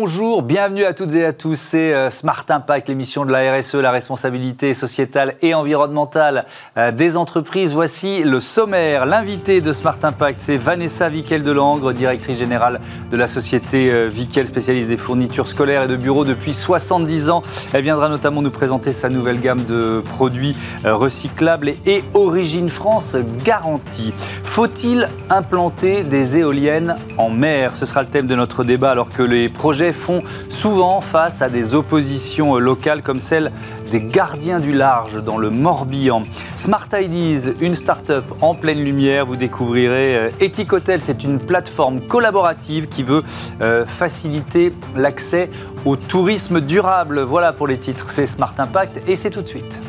Bonjour, bienvenue à toutes et à tous, c'est Smart Impact, l'émission de la RSE, la responsabilité sociétale et environnementale des entreprises. Voici le sommaire. L'invité de Smart Impact, c'est Vanessa Wickel-Delangre, directrice générale de la société Wickel, spécialiste des fournitures scolaires et de bureaux depuis 70 ans. Elle viendra notamment nous présenter sa nouvelle gamme de produits recyclables et Origine France garantie. Faut-il implanter des éoliennes en mer ? Ce sera le thème de notre débat alors que les projets font souvent face à des oppositions locales comme celle des gardiens du large dans le Morbihan. Smart Ideas, une start-up en pleine lumière. Vous découvrirez Ethic Hotel, c'est une plateforme collaborative qui veut faciliter l'accès au tourisme durable. Voilà pour les titres, c'est Smart Impact et c'est tout de suite.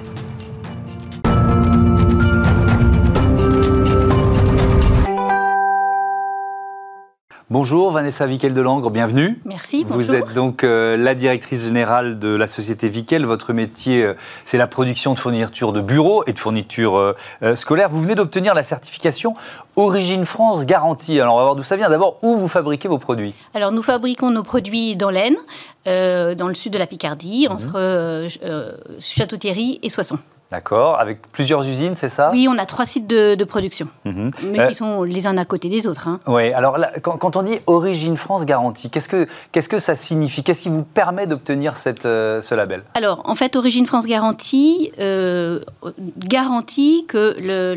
Bonjour Vanessa Wickel-Delangre, bienvenue. Merci, bonjour. Vous êtes donc la directrice générale de la société Wickel. Votre métier, c'est la production de fournitures de bureaux et de fournitures scolaires. Vous venez d'obtenir la certification Origine France garantie. Alors on va voir d'où ça vient. D'abord, où vous fabriquez vos produits ? Alors nous fabriquons nos produits dans l'Aisne, dans le sud de la Picardie, entre Château-Thierry et Soissons. D'accord, avec plusieurs usines, c'est ça ? Oui, on a 3 sites de production, mais qui sont les uns à côté des autres. Hein. Oui, alors là, quand on dit Origine France garantie, qu'est-ce que ça signifie ? Qu'est-ce qui vous permet d'obtenir ce label ? Alors, en fait, Origine France garantie garantit que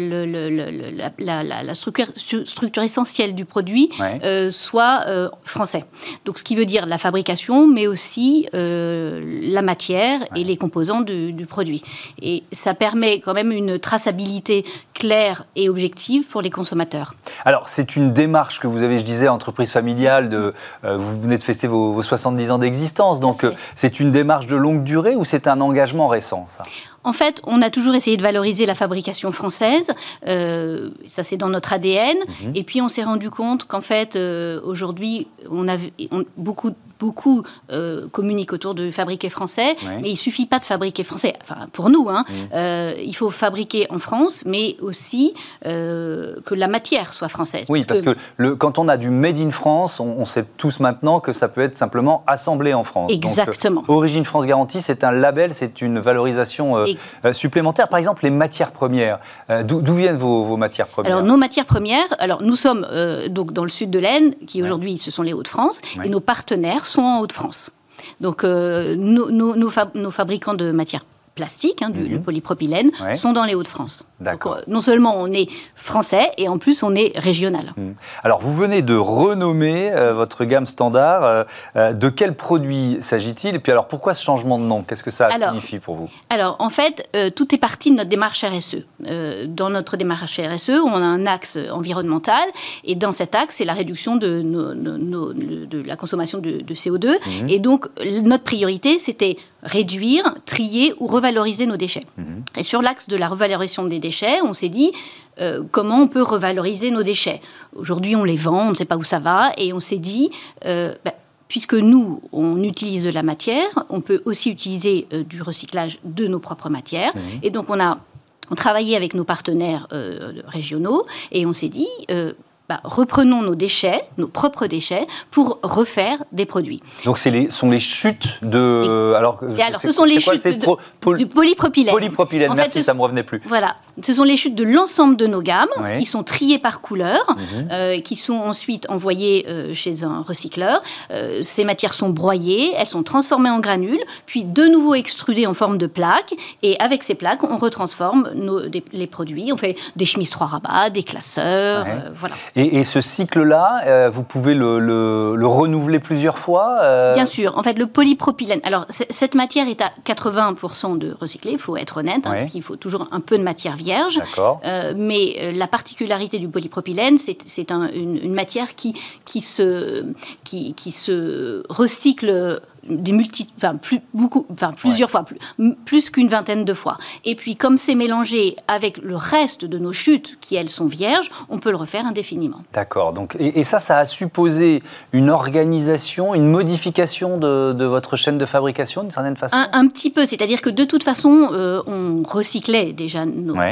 la structure essentielle du produit soit français. Donc, ce qui veut dire la fabrication, mais aussi la matière et les composants du produit. Et ça permet quand même une traçabilité claire et objective pour les consommateurs. Alors, c'est une démarche que vous avez, je disais, entreprise familiale, vous venez de fêter vos 70 ans d'existence, donc c'est une démarche de longue durée ou c'est un engagement récent, ça ? En fait, on a toujours essayé de valoriser la fabrication française, ça c'est dans notre ADN, et puis on s'est rendu compte qu'en fait, aujourd'hui, beaucoup communiquent autour de fabriquer français, mais il ne suffit pas de fabriquer français, enfin pour nous, il faut fabriquer en France, mais aussi que la matière soit française. Oui, parce que quand on a du Made in France, on sait tous maintenant que ça peut être simplement assemblé en France. Exactement. Donc, Origine France garantie, c'est un label, c'est une valorisation supplémentaire. Par exemple, les matières premières, d'où viennent vos matières premières ? Alors, nos matières premières, nous sommes donc dans le sud de l'Aisne, qui aujourd'hui, ce sont les Hauts-de-France, et nos partenaires sont en Hauts-de-France. Donc, nos fabricants de matières plastiques, le polypropylène, sont dans les Hauts-de-France. D'accord. Donc, non seulement on est français, et en plus on est régional. Alors, vous venez de renommer votre gamme standard. De quel produit s'agit-il ? Et puis alors, pourquoi ce changement de nom ? Qu'est-ce que ça signifie pour vous ? Alors, en fait, tout est parti de notre démarche RSE. Dans notre démarche RSE, on a un axe environnemental, et dans cet axe, c'est la réduction de la consommation de CO2. Et donc, notre priorité, c'était réduire, trier ou revaloriser nos déchets. Et sur l'axe de la revalorisation des déchets, on s'est dit comment on peut revaloriser nos déchets. Aujourd'hui, on les vend, on ne sait pas où ça va, et on s'est dit, puisque nous, on utilise de la matière, on peut aussi utiliser du recyclage de nos propres matières. Et donc, on travaillait avec nos partenaires régionaux, et on s'est dit... reprenons nos déchets, nos propres déchets, pour refaire des produits. Donc, sont les chutes de... ce sont les chutes du polypropylène. Polypropylène, merci, ça ne me revenait plus. Voilà, ce sont les chutes de l'ensemble de nos gammes, qui sont triées par couleur, qui sont ensuite envoyées chez un recycleur. Ces matières sont broyées, elles sont transformées en granules, puis de nouveau extrudées en forme de plaques, et avec ces plaques, on retransforme les produits. On fait des chemises 3 rabats, des classeurs, voilà. Et ce cycle-là, vous pouvez le renouveler plusieurs fois Bien sûr. En fait, le polypropylène... Alors, cette matière est à 80% de recyclé, il faut être honnête, parce qu'il faut toujours un peu de matière vierge. Mais la particularité du polypropylène, c'est une matière qui se recycle... plusieurs fois, plus qu'une vingtaine de fois. Et puis, comme c'est mélangé avec le reste de nos chutes, qui elles sont vierges, on peut le refaire indéfiniment. D'accord. Donc, et ça a supposé une organisation, une modification de votre chaîne de fabrication, d'une certaine façon ? Un petit peu. C'est-à-dire que de toute façon, on recyclait déjà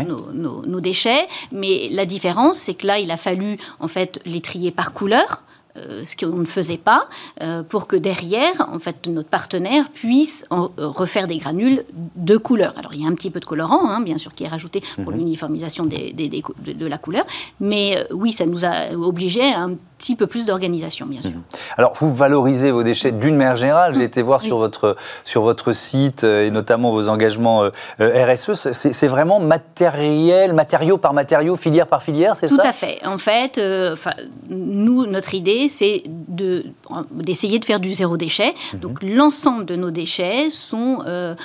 nos déchets, mais la différence, c'est que là, il a fallu en fait les trier par couleur. ce qu'on ne faisait pas, pour que derrière, en fait, notre partenaire puisse refaire des granules de couleur. Alors, il y a un petit peu de colorant, hein, bien sûr, qui est rajouté pour l'uniformisation de la couleur, mais oui, ça nous a obligé à un petit peu plus d'organisation, bien sûr. Alors, vous valorisez vos déchets d'une manière générale. J'ai été voir sur votre site et notamment vos engagements RSE. C'est vraiment matériau par matériau, filière par filière, c'est ça? Tout à fait. En fait, nous, notre idée, c'est d'essayer de faire du zéro déchet. Donc, l'ensemble de nos déchets sont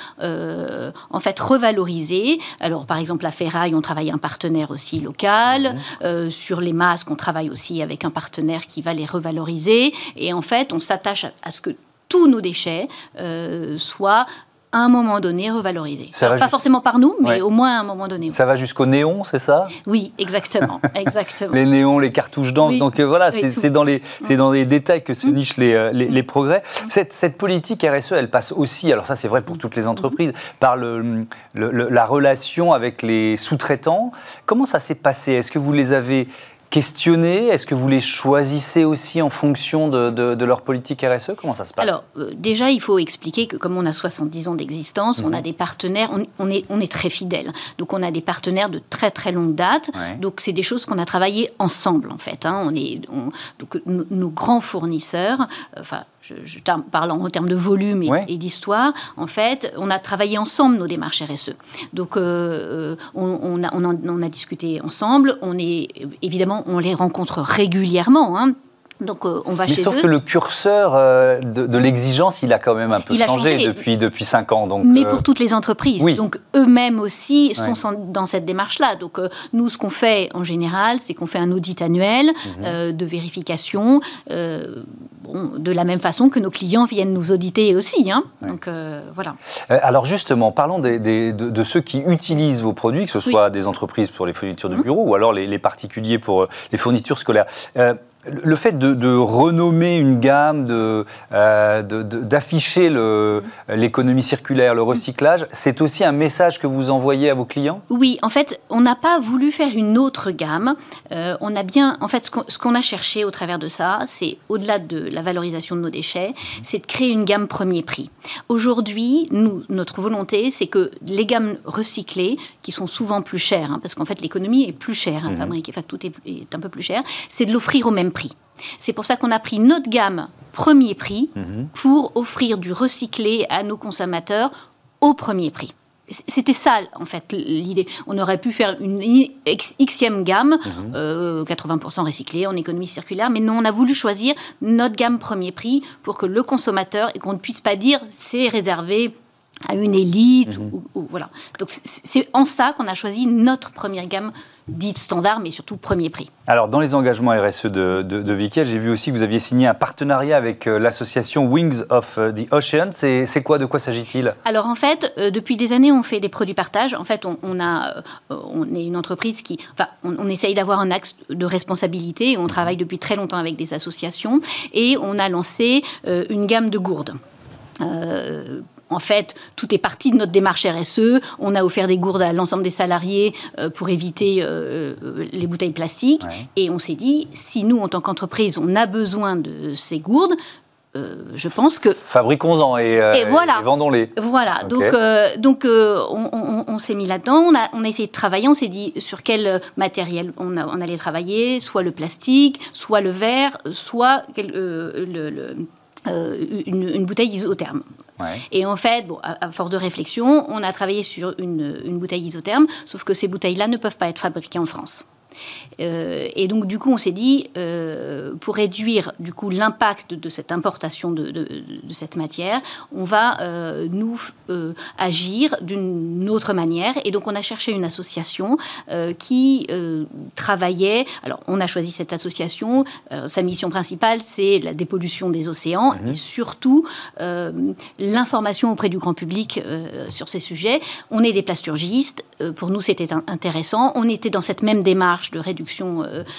en fait revalorisés. Alors, par exemple, la ferraille, on travaille un partenaire aussi local. Sur les masques, on travaille aussi avec un partenaire qui va les revaloriser. Et en fait, on s'attache à ce que tous nos déchets soient à un moment donné revalorisés. Alors, pas forcément par nous, mais au moins à un moment donné. Ça va jusqu'au néon, c'est ça? Oui, exactement. exactement. Les néons, les cartouches d'encre. Donc voilà, c'est dans les détails que se nichent les progrès. Cette politique RSE, elle passe aussi, alors ça c'est vrai pour toutes les entreprises, par la relation avec les sous-traitants. Comment ça s'est passé? Est-ce que vous les avez questionnés? Est-ce que vous les choisissez aussi en fonction de leur politique RSE? Comment ça se passe? Alors, déjà, il faut expliquer que comme on a 70 ans d'existence, on a des partenaires, on est très fidèles. Donc, on a des partenaires de très, très longue date. Donc, c'est des choses qu'on a travaillées ensemble, en fait. Hein. Donc, nos grands fournisseurs, je parle en termes de volume et d'histoire, en fait, on a travaillé ensemble nos démarches RSE. Donc, on a discuté ensemble. Évidemment, on les rencontre régulièrement, hein. Donc, on va chez eux. Sauf que le curseur de l'exigence, il a quand même un peu changé depuis 5 ans. Donc, mais pour toutes les entreprises. Oui. Donc, eux-mêmes aussi sont dans cette démarche-là. Donc, nous, ce qu'on fait en général, c'est qu'on fait un audit annuel de vérification, de la même façon que nos clients viennent nous auditer aussi. Hein. Donc, voilà. Alors, justement, parlons de ceux qui utilisent vos produits, que ce soit des entreprises pour les fournitures de bureau ou alors les particuliers pour les fournitures scolaires. Le fait de renommer une gamme, d'afficher l'économie circulaire, le recyclage, c'est aussi un message que vous envoyez à vos clients? Oui, en fait, on n'a pas voulu faire une autre gamme. On a bien, en fait, ce qu'on a cherché au travers de ça, c'est au-delà de la valorisation de nos déchets, c'est de créer une gamme premier prix. Aujourd'hui, notre volonté, c'est que les gammes recyclées, qui sont souvent plus chères, hein, parce qu'en fait, l'économie est plus chère à fabriquer, enfin, tout est un peu plus cher, c'est de l'offrir au même prix. C'est pour ça qu'on a pris notre gamme premier prix pour offrir du recyclé à nos consommateurs au premier prix. C'était ça, en fait, l'idée. On aurait pu faire une xème gamme, 80% recyclée, en économie circulaire, mais non, on a voulu choisir notre gamme premier prix pour que le consommateur, et qu'on ne puisse pas dire c'est réservé à une élite, ou voilà. Donc, c'est en ça qu'on a choisi notre première gamme dite standard, mais surtout premier prix. Alors, dans les engagements RSE de Vikel, j'ai vu aussi que vous aviez signé un partenariat avec l'association Wings of the Ocean. C'est quoi? De quoi s'agit-il? Alors, en fait, depuis des années, on fait des produits partage. En fait, on est une entreprise qui... Enfin, on essaye d'avoir un axe de responsabilité. On travaille depuis très longtemps avec des associations. Et on a lancé une gamme de gourdes. En fait, tout est parti de notre démarche RSE. On a offert des gourdes à l'ensemble des salariés pour éviter les bouteilles plastiques. Et on s'est dit, si nous, en tant qu'entreprise, on a besoin de ces gourdes, je pense que... Fabriquons-en et vendons-les. Voilà, donc on s'est mis là-dedans, on a essayé de travailler, on s'est dit sur quel matériel on allait travailler, soit le plastique, soit le verre, soit une bouteille isotherme. Et en fait, à force de réflexion, on a travaillé sur une bouteille isotherme, sauf que ces bouteilles-là ne peuvent pas être fabriquées en France. Et donc, du coup, on s'est dit, pour réduire du coup l'impact de cette importation de cette matière, on va agir d'une autre manière. Et donc, on a cherché une association qui travaillait. Alors, on a choisi cette association. Sa mission principale, c'est la dépollution des océans et surtout l'information auprès du grand public sur ces sujets. On est des plasturgistes. Pour nous, c'était intéressant. On était dans cette même démarche démarche de réduction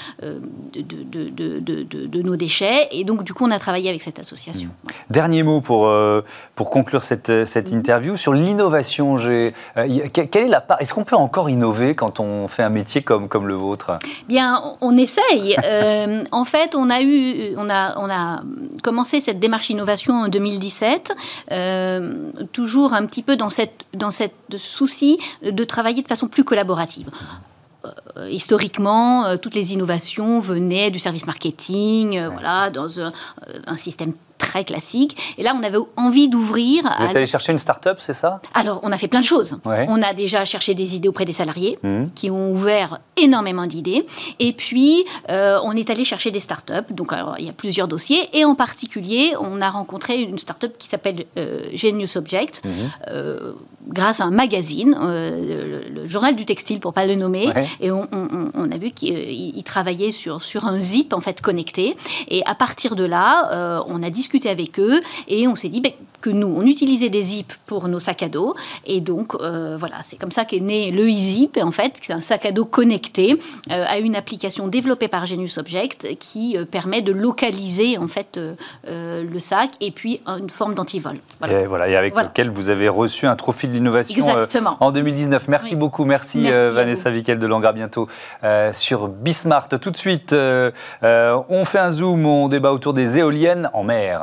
de nos déchets. Et donc, du coup, on a travaillé avec cette association. Dernier mot pour conclure cette interview sur l'innovation. Quelle est la part? Est-ce qu'on peut encore innover quand on fait un métier comme le vôtre? Bien, on essaye. En fait, on a commencé cette démarche innovation en 2017, toujours un petit peu dans cette souci de travailler de façon plus collaborative. Historiquement, toutes les innovations venaient du service marketing, voilà, dans un système très classique. Et là, on avait envie d'ouvrir... Vous êtes allé chercher une start-up, c'est ça? Alors, on a fait plein de choses. Ouais. On a déjà cherché des idées auprès des salariés, qui ont ouvert énormément d'idées. Et puis, on est allé chercher des start-up. Donc, alors, il y a plusieurs dossiers. Et en particulier, on a rencontré une start-up qui s'appelle Genius Object, grâce à un magazine, le Journal du Textile, pour ne pas le nommer. Ouais. Et on a vu qu'ils travaillaient sur un zip, en fait, connecté. Et à partir de là, on a discuté avec eux et on s'est dit que nous, on utilisait des zips pour nos sacs à dos. Et donc, voilà, c'est comme ça qu'est né le e-zip. En fait, c'est un sac à dos connecté à une application développée par Genius Object qui permet de localiser, en fait, le sac et puis une forme d'antivol. Voilà. Et avec lequel vous avez reçu un trophée de l'innovation en 2019. Merci beaucoup. Merci Vanessa Wickel de Langres. À bientôt sur Bismart. Tout de suite, on fait un zoom, on débat autour des éoliennes en mer.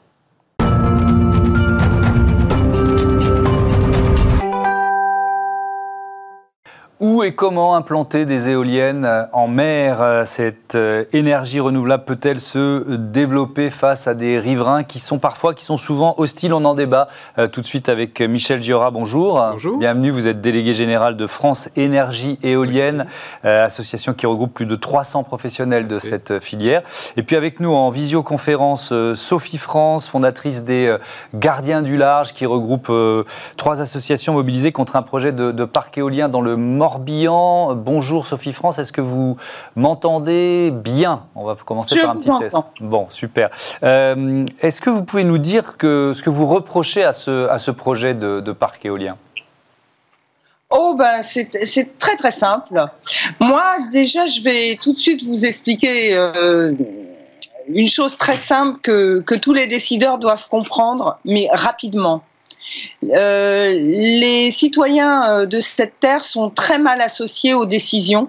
Où et comment implanter des éoliennes en mer? Cette énergie renouvelable peut-elle se développer face à des riverains qui sont souvent hostiles? On en débat tout de suite avec Michel Giora. Bonjour. Bonjour. Bienvenue, vous êtes délégué général de France Énergie Éolienne, association qui regroupe plus de 300 professionnels de cette filière. Et puis avec nous en visioconférence, Sophie France, fondatrice des Gardiens du Large, qui regroupe 3 associations mobilisées contre un projet de parc éolien dans le Morbihan. Bonjour Sophie France, est-ce que vous m'entendez bien? On va commencer par un petit test. Bon, super. Est-ce que vous pouvez nous dire ce que vous reprochez à ce projet de parc éolien? C'est très très simple. Moi, déjà, je vais tout de suite vous expliquer une chose très simple que tous les décideurs doivent comprendre, mais rapidement. Les citoyens de cette terre sont très mal associés aux décisions.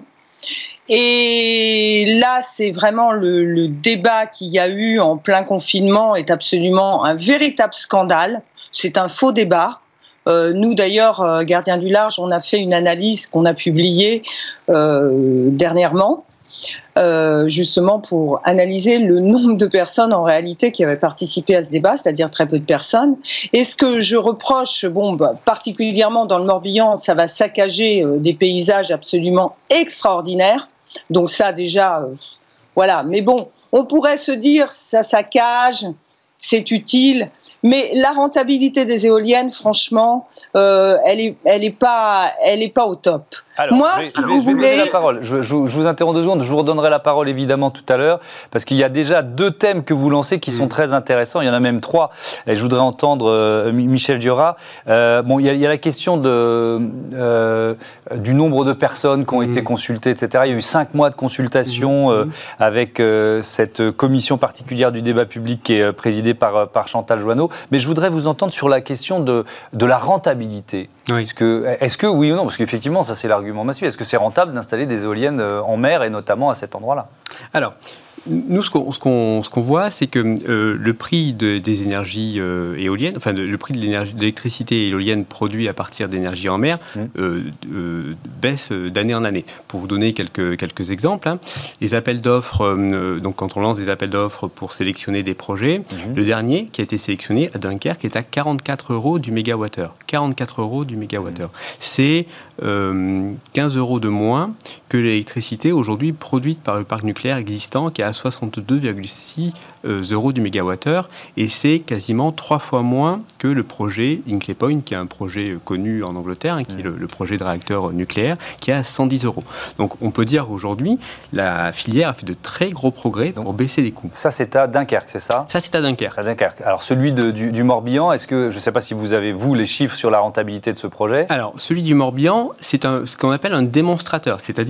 Et là, c'est vraiment le débat qu'il y a eu en plein confinement est absolument un véritable scandale. C'est un faux débat. Nous, d'ailleurs, Gardiens du Large, on a fait une analyse qu'on a publiée dernièrement. Justement pour analyser le nombre de personnes en réalité qui avaient participé à ce débat, c'est-à-dire très peu de personnes. Et ce que je reproche, particulièrement dans le Morbihan, ça va saccager des paysages absolument extraordinaires. Donc ça déjà, voilà. Mais bon, on pourrait se dire ça saccage, c'est utile. Mais la rentabilité des éoliennes, franchement, elle est pas au top. Alors, moi, je vais donner la parole. Je vous interromps 2 secondes. Je vous redonnerai la parole évidemment tout à l'heure parce qu'il y a déjà 2 thèmes que vous lancez qui sont très intéressants. Il y en a même 3. Et je voudrais entendre Michel Giora. Il y a la question du nombre de personnes qui ont été consultées, etc. Il y a eu 5 mois de consultation avec cette commission particulière du débat public qui est présidée par Chantal Joanneau. Mais je voudrais vous entendre sur la question de la rentabilité. Oui. Est-ce que oui ou non? Parce qu'effectivement, ça c'est l'argument massif. Est-ce que c'est rentable d'installer des éoliennes en mer et notamment à cet endroit-là? Alors, nous, ce qu'on voit, c'est que le prix des énergies éoliennes, enfin le prix de l'électricité éolienne produite à partir d'énergie en mer baisse d'année en année. Pour vous donner quelques exemples, les appels d'offres, donc quand on lance des appels d'offres pour sélectionner des projets, le dernier qui a été sélectionné à Dunkerque est à 44 € du mégawattheure. 44 € du mégawattheure. C'est 15 € de moins que l'électricité aujourd'hui produite par le parc nucléaire existant qui est à 62,6 € du mégawattheure, et c'est quasiment 3 fois moins que le projet Hinkley Point, qui est un projet connu en Angleterre, qui est le projet de réacteur nucléaire, qui est à 110 €. Donc on peut dire aujourd'hui la filière a fait de très gros progrès pour baisser les coûts. Ça c'est à Dunkerque, c'est ça? Ça c'est à Dunkerque. À Dunkerque. Alors celui du Morbihan, est-ce que, je ne sais pas si vous avez vous les chiffres sur la rentabilité de ce projet? Alors celui du Morbihan, c'est ce qu'on appelle un démonstrateur, c'est-à-dire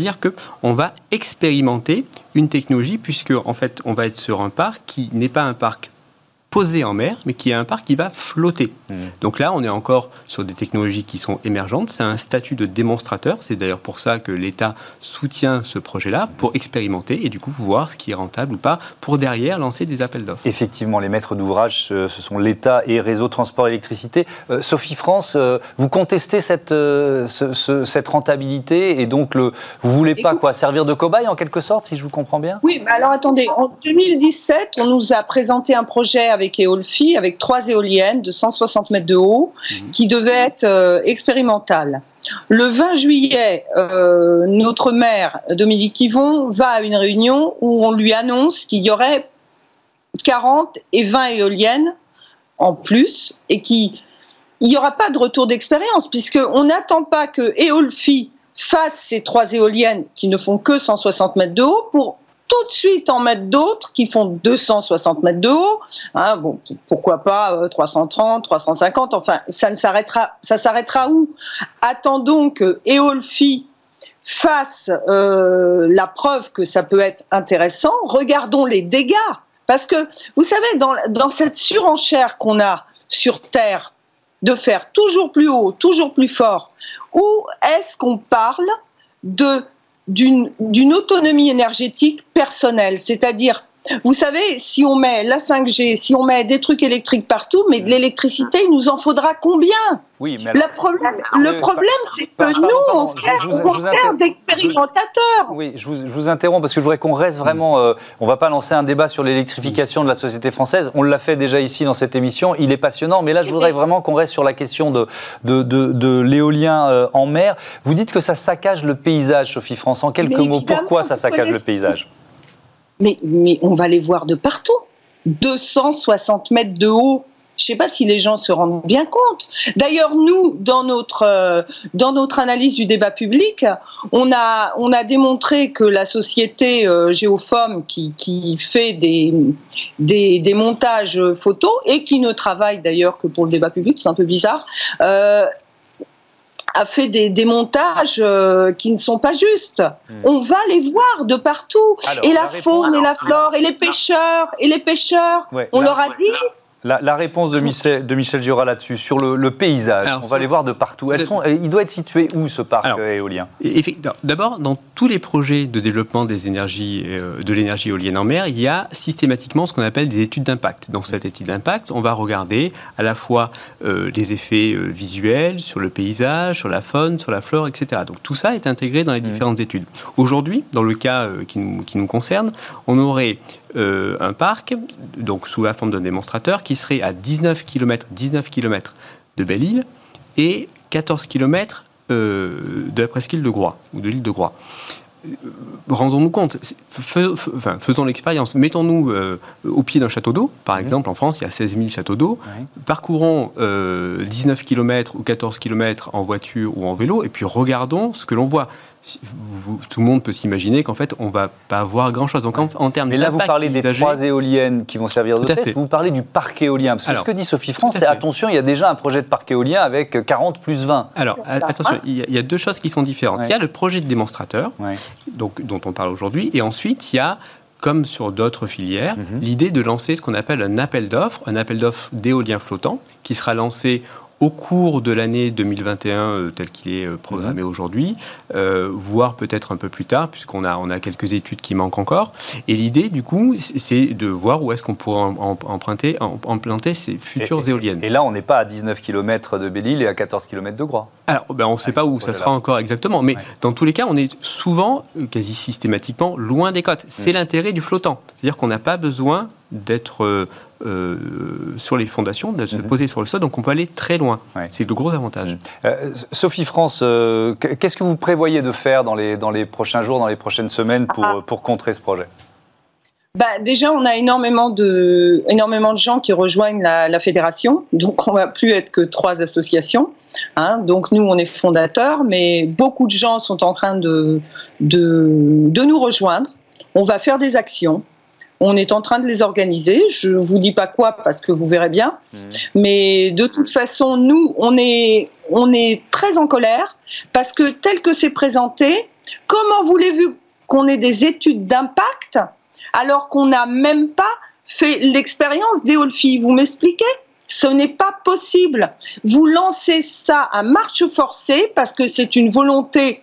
C'est-à-dire qu'on va expérimenter une technologie, puisque en fait, on va être sur un parc qui n'est pas un parc posé en mer, mais qui est un parc qui va flotter. Donc là, on est encore sur des technologies qui sont émergentes. C'est un statut de démonstrateur. C'est d'ailleurs pour ça que l'État soutient ce projet-là, pour expérimenter et du coup voir ce qui est rentable ou pas, pour derrière lancer des appels d'offres. Effectivement, les maîtres d'ouvrage, ce sont l'État et Réseau Transport Électricité. Sophie France, vous contestez cette rentabilité et donc vous voulez pas servir de cobaye en quelque sorte, si je vous comprends bien ? Oui, mais alors attendez, en 2017, on nous a présenté un projet avec Eolfi, avec 3 éoliennes de 160 mètres de haut, qui devaient être expérimentales. Le 20 juillet, notre maire, Dominique Yvon, va à une réunion où on lui annonce qu'il y aurait 40 et 20 éoliennes en plus, et qu'il n'y aura pas de retour d'expérience, puisqu'on n'attend pas que Eolfi fasse ces 3 éoliennes qui ne font que 160 mètres de haut pour tout de suite en mettre d'autres qui font 260 mètres de haut, bon, pourquoi pas 330, 350, enfin, ça s'arrêtera où ? Attendons que Eolfi fasse la preuve que ça peut être intéressant, regardons les dégâts, parce que, vous savez, dans cette surenchère qu'on a sur Terre, de faire toujours plus haut, toujours plus fort, où est-ce qu'on parle d'une autonomie énergétique personnelle, c'est-à-dire, vous savez, si on met la 5G, si on met des trucs électriques partout, mais de l'électricité, il nous en faudra combien ? Oui, mais le problème, c'est que nous, on sert d'expérimentateurs. Oui, je vous interromps parce que je voudrais qu'on reste vraiment... on ne va pas lancer un débat sur l'électrification de la société française. On l'a fait déjà ici dans cette émission. Il est passionnant. Mais là, je voudrais vraiment qu'on reste sur la question de l'éolien en mer. Vous dites que ça saccage le paysage, Sophie France. En quelques mots, pourquoi ça saccage le paysage ? Mais on va les voir de partout. 260 mètres de haut. Je ne sais pas si les gens se rendent bien compte. D'ailleurs, nous, dans notre analyse du débat public, on a démontré que la société Geophom, qui fait des montages photos et qui ne travaille d'ailleurs que pour le débat public, c'est un peu bizarre, a fait des montages qui ne sont pas justes. On va les voir de partout. Alors, et la faune et la flore et les pêcheurs, ouais, on leur a dit... La réponse de Michel Giora là-dessus, sur le paysage, alors, on va les voir de partout. Il doit être situé où, ce parc éolien ? D'abord, dans tous les projets de développement de l'énergie éolienne en mer, il y a systématiquement ce qu'on appelle des études d'impact. Dans cette étude d'impact, on va regarder à la fois les effets visuels sur le paysage, sur la faune, sur la flore, etc. Donc tout ça est intégré dans les différentes études. Aujourd'hui, dans le cas qui nous concerne, on aurait un parc, donc sous la forme d'un démonstrateur, qui serait à 19 km de Belle-Île et 14 km de la presqu'île de Groix, ou de l'île de Groix. Rendons-nous compte, faisons l'expérience, mettons-nous au pied d'un château d'eau, par exemple, en France, il y a 16 000 châteaux d'eau, parcourons 19 km ou 14 km en voiture ou en vélo, et puis regardons ce que l'on voit. Tout le monde peut s'imaginer qu'en fait, on ne va pas voir grand-chose. Donc, en termes mais là, vous parlez des 3 éoliennes qui vont servir de test, vous parlez du parc éolien. Parce que ce que dit Sophie France, c'est attention, il y a déjà un projet de parc éolien avec 40 plus 20. Alors, attention, il y a 2 choses qui sont différentes. Il y a le projet de démonstrateur, donc, dont on parle aujourd'hui, et ensuite, il y a, comme sur d'autres filières, l'idée de lancer ce qu'on appelle un appel d'offres d'éolien flottant, qui sera lancé au cours de l'année 2021, tel qu'il est programmé aujourd'hui, voire peut-être un peu plus tard, puisqu'on a quelques études qui manquent encore. Et l'idée, du coup, c'est de voir où est-ce qu'on pourrait implanter ces futures éoliennes. Et là, on n'est pas à 19 km de Belle-Île et à 14 km de Groix. Alors, on ne sait pas où ça sera encore exactement, mais dans tous les cas, on est souvent, quasi systématiquement, loin des côtes. C'est l'intérêt du flottant. C'est-à-dire qu'on n'a pas besoin d'être sur les fondations, de se poser sur le sol, donc on peut aller très loin. C'est le gros avantage. Sophie France, qu'est-ce que vous prévoyez de faire dans les prochains jours, dans les prochaines semaines pour contrer ce projet ? Déjà, on a énormément de gens qui rejoignent la fédération, donc on ne va plus être que 3 associations. Donc nous, on est fondateurs, mais beaucoup de gens sont en train de nous rejoindre. On va faire des actions. On est en train de les organiser. Je ne vous dis pas quoi parce que vous verrez bien. Mais de toute façon, nous, on est très en colère parce que tel que c'est présenté, Comment voulez-vous qu'on ait des études d'impact alors qu'on n'a même pas fait l'expérience d'Eolfi? Vous m'expliquez? Ce n'est pas possible. Vous lancez ça à marche forcée parce que c'est une volonté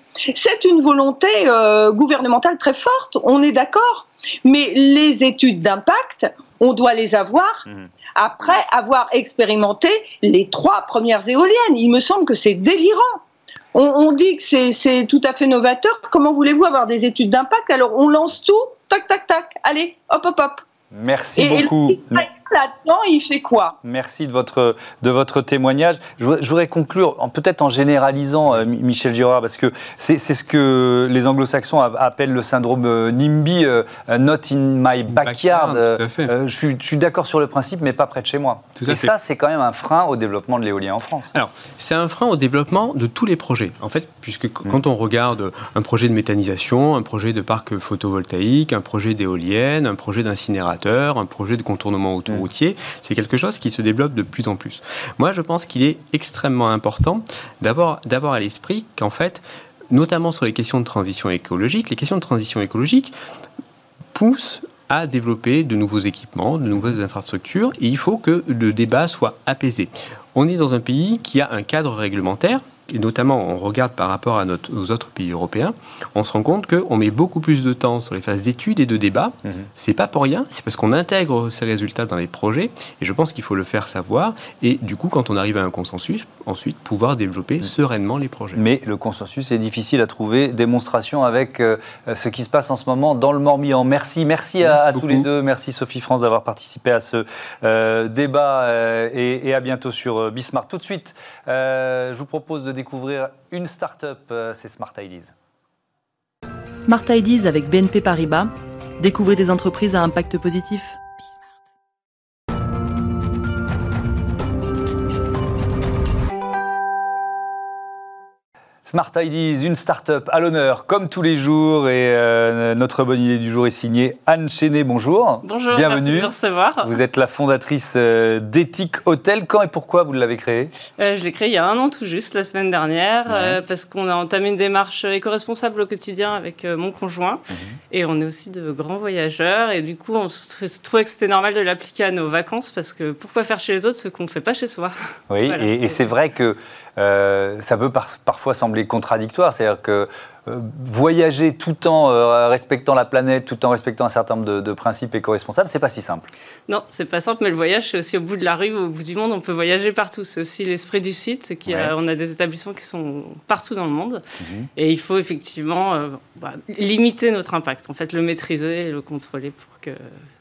gouvernementale très forte, on est d'accord. Mais les études d'impact, on doit les avoir après avoir expérimenté les 3 premières éoliennes. Il me semble que c'est délirant. On dit que c'est tout à fait novateur. Comment voulez-vous avoir des études d'impact? Alors on lance tout, tac, tac, tac, allez, hop, hop, hop. Merci beaucoup. Là-dedans, il fait quoi? Merci de votre témoignage. Je voudrais conclure, peut-être en généralisant, Michel Girard, parce que c'est ce que les anglo-saxons appellent le syndrome NIMBY, not in my backyard. Tout à fait. Je suis d'accord sur le principe, mais pas près de chez moi. Et ça, c'est quand même un frein au développement de l'éolien en France. Alors, c'est un frein au développement de tous les projets, en fait, puisque quand on regarde un projet de méthanisation, un projet de parc photovoltaïque, un projet d'éolienne, un projet d'incinérateur, un projet de contournement autoroutier, c'est quelque chose qui se développe de plus en plus. Moi, je pense qu'il est extrêmement important d'avoir à l'esprit qu'en fait, notamment sur les questions de transition écologique, les questions de transition écologique poussent à développer de nouveaux équipements, de nouvelles infrastructures, et il faut que le débat soit apaisé. On est dans un pays qui a un cadre réglementaire, et notamment on regarde par rapport à aux autres pays européens, on se rend compte qu'on met beaucoup plus de temps sur les phases d'études et de débat. C'est pas pour rien, c'est parce qu'on intègre ces résultats dans les projets, et je pense qu'il faut le faire savoir, et du coup, quand on arrive à un consensus, ensuite pouvoir développer sereinement les projets. Mais le consensus est difficile à trouver. Démonstration avec ce qui se passe en ce moment dans le Morbihan. Merci à tous les deux. Merci Sophie France d'avoir participé à ce débat et à bientôt sur Bismart. Tout de suite, je vous propose de découvrir une start-up, c'est Smart Ideas. Smart Ideas avec BNP Paribas. Découvrez des entreprises à impact positif. Smart Ideas, une start-up à l'honneur, comme tous les jours. Et notre bonne idée du jour est signée Anne Chénet. Bonjour. Bonjour, bienvenue. Merci de me recevoir. Vous êtes la fondatrice d'Ethic Hotel. Quand et pourquoi vous l'avez créée? Je l'ai créée il y a 1 an tout juste, la semaine dernière, parce qu'on a entamé une démarche éco-responsable au quotidien avec mon conjoint. Et on est aussi de grands voyageurs. Et du coup, on se trouvait que c'était normal de l'appliquer à nos vacances, parce que pourquoi faire chez les autres ce qu'on ne fait pas chez soi? Oui, voilà, et c'est vrai que ça peut parfois sembler contradictoire, c'est-à-dire que voyager tout en respectant la planète, tout en respectant un certain nombre de principes éco-responsables, c'est pas si simple. Non, c'est pas simple, mais le voyage, c'est aussi au bout de la rue, au bout du monde, on peut voyager partout. C'est aussi l'esprit du site, c'est qu'on a des établissements qui sont partout dans le monde, et il faut effectivement limiter notre impact, en fait, le maîtriser et le contrôler pour que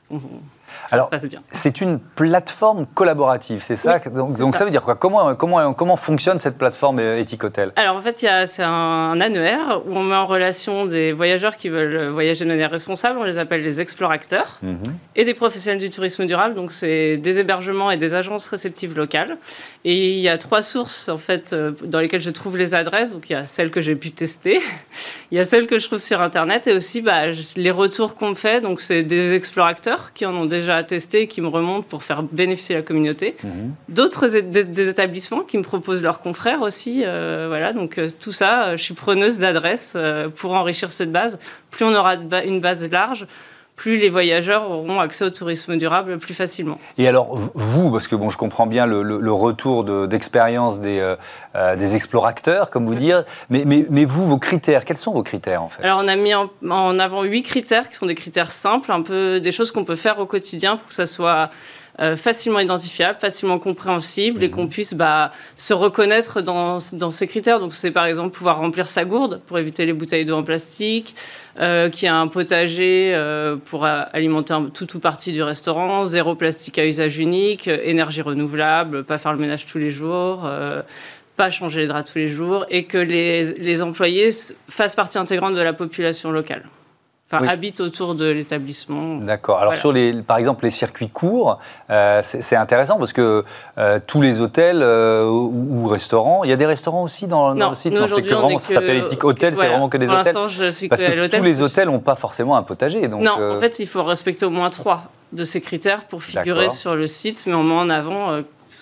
Alors, c'est une plateforme collaborative, c'est ça? Donc ça veut dire quoi? Comment fonctionne cette plateforme Ethic Hotel? Alors en fait, c'est un annuaire où on met en relation des voyageurs qui veulent voyager de manière responsable, on les appelle les explorateurs, et des professionnels du tourisme durable, donc c'est des hébergements et des agences réceptives locales. Et il y a 3 sources en fait dans lesquelles je trouve les adresses, donc il y a celles que j'ai pu tester, il y a celles que je trouve sur Internet, et aussi les retours qu'on me fait, donc c'est des explorateurs qui en ont déjà testé et qui me remontent pour faire bénéficier la communauté. D'autres des établissements qui me proposent leurs confrères aussi. Donc tout ça, je suis preneuse d'adresses pour enrichir cette base. Plus on aura une base large, plus les voyageurs auront accès au tourisme durable plus facilement. Et alors, vous, parce que je comprends bien le retour d'expérience des explorateurs, comme vous dites, mais vous, vos critères, quels sont vos critères en fait? Alors, on a mis en avant 8 critères qui sont des critères simples, un peu des choses qu'on peut faire au quotidien pour que ça soit facilement identifiable, facilement compréhensible et qu'on puisse se reconnaître dans ces critères. Donc c'est par exemple pouvoir remplir sa gourde pour éviter les bouteilles d'eau en plastique, qu'il y a un potager pour alimenter tout ou partie du restaurant, 0 plastique à usage unique, énergie renouvelable, pas faire le ménage tous les jours, pas changer les draps tous les jours, et que les employés fassent partie intégrante de la population locale. Habitent autour de l'établissement. D'accord. Alors par exemple, les circuits courts, c'est intéressant parce que tous les hôtels ou restaurants, il y a des restaurants aussi dans le site. Non, c'est que vraiment, ça s'appelle Ethic Hotel, c'est vraiment que des hôtels. Pour l'instant, je suis parce que tous les hôtels n'ont pas forcément un potager. Donc, non, en fait, il faut respecter au moins 3 de ces critères pour figurer sur le site, mais on met en avant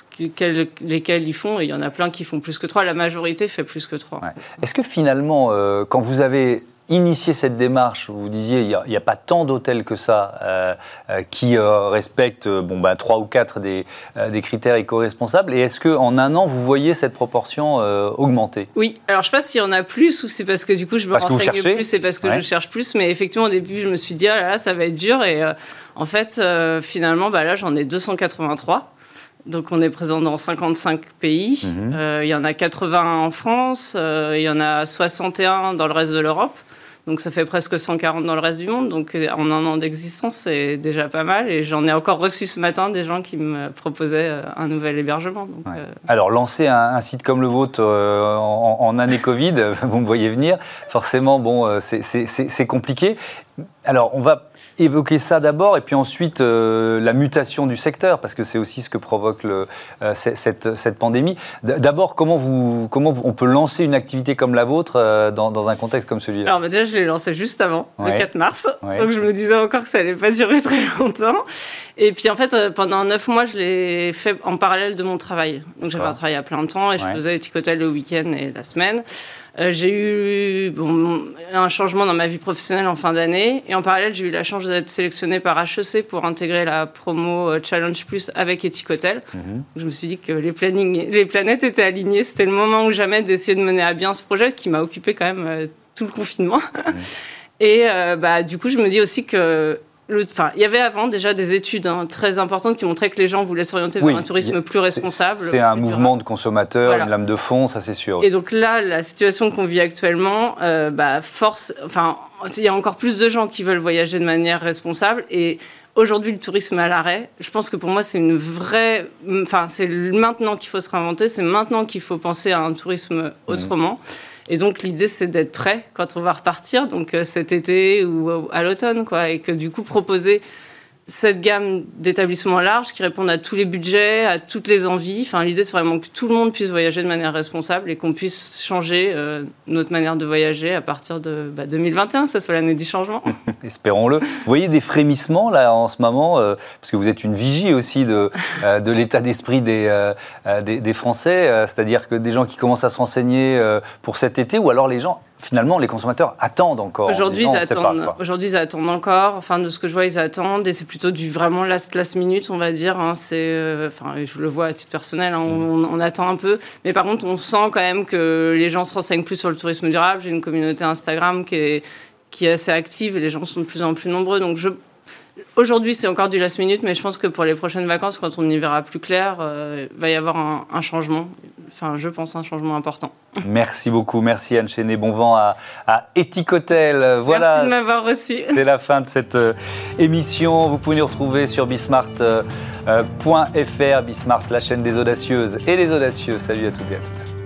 lesquels ils font, et il y en a plein qui font plus que 3, la majorité fait plus que 3. Ouais. Est-ce que finalement, quand vous avez initié cette démarche, vous disiez il n'y a pas tant d'hôtels que ça qui respectent 3 ou 4 des critères éco-responsables. Et est-ce qu'en un an, vous voyez cette proportion augmenter? Oui, alors je ne sais pas s'il y en a plus ou c'est parce que du coup je me renseigne plus, c'est parce que je cherche plus. Mais effectivement, au début, je me suis dit, ah là, ça va être dur. Et en fait, finalement, là, j'en ai 283. Donc on est présent dans 55 pays. Il y en a 80 en France, il y en a 61 dans le reste de l'Europe. Donc ça fait presque 140 dans le reste du monde. Donc en un an d'existence, c'est déjà pas mal. Et j'en ai encore reçu ce matin des gens qui me proposaient un nouvel hébergement. Donc, Alors lancer un site comme le vôtre en année Covid, vous me voyez venir, forcément, c'est compliqué. Alors on va évoquer ça d'abord, et puis ensuite la mutation du secteur, parce que c'est aussi ce que provoque cette pandémie. D'abord, comment on peut lancer une activité comme la vôtre dans un contexte comme celui-là? Alors déjà, je l'ai lancé juste avant, le 4 mars, donc je me disais encore que ça n'allait pas durer très longtemps. Et puis en fait, pendant 9 mois, je l'ai fait en parallèle de mon travail. Donc j'avais un travail à plein temps, et je faisais Eticotel le week-end et la semaine. J'ai eu un changement dans ma vie professionnelle en fin d'année, et en parallèle, j'ai eu la chance d'être sélectionnée par HEC pour intégrer la promo Challenge Plus avec Eticotel. Je me suis dit que les planètes étaient alignées. C'était le moment ou jamais d'essayer de mener à bien ce projet qui m'a occupé quand même tout le confinement. Et du coup, je me dis aussi que il y avait avant déjà des études très importantes qui montraient que les gens voulaient s'orienter vers un tourisme plus responsable. C'est un mouvement de consommateurs, une lame de fond, ça c'est sûr. Et donc là, la situation qu'on vit actuellement, il y a encore plus de gens qui veulent voyager de manière responsable. Et aujourd'hui, le tourisme est à l'arrêt. Je pense que pour moi, c'est c'est maintenant qu'il faut se réinventer, c'est maintenant qu'il faut penser à un tourisme autrement. Et donc, l'idée, c'est d'être prêt quand on va repartir, donc cet été ou à l'automne, et que du coup, proposer cette gamme d'établissements larges qui répondent à tous les budgets, à toutes les envies. L'idée, c'est vraiment que tout le monde puisse voyager de manière responsable et qu'on puisse changer notre manière de voyager à partir de 2021, ça soit l'année du changement. Espérons-le. Vous voyez des frémissements là en ce moment, parce que vous êtes une vigie aussi de l'état d'esprit des Français, c'est-à-dire que des gens qui commencent à se renseigner pour cet été, ou alors finalement, les consommateurs attendent encore. Aujourd'hui, ils attendent encore. De ce que je vois, ils attendent. Et c'est plutôt du vraiment last minute, on va dire. Je le vois à titre personnel, on attend un peu. Mais par contre, on sent quand même que les gens se renseignent plus sur le tourisme durable. J'ai une communauté Instagram qui est assez active et les gens sont de plus en plus nombreux. Donc, aujourd'hui, c'est encore du last minute, mais je pense que pour les prochaines vacances, quand on y verra plus clair, il va y avoir un changement. Je pense un changement important. Merci beaucoup, merci Anne Chénet. Bon vent à Eticotel. Voilà, merci de m'avoir reçu. C'est la fin de cette émission. Vous pouvez nous retrouver sur bismart.fr. Bismart, la chaîne des audacieuses et les audacieux. Salut à toutes et à tous.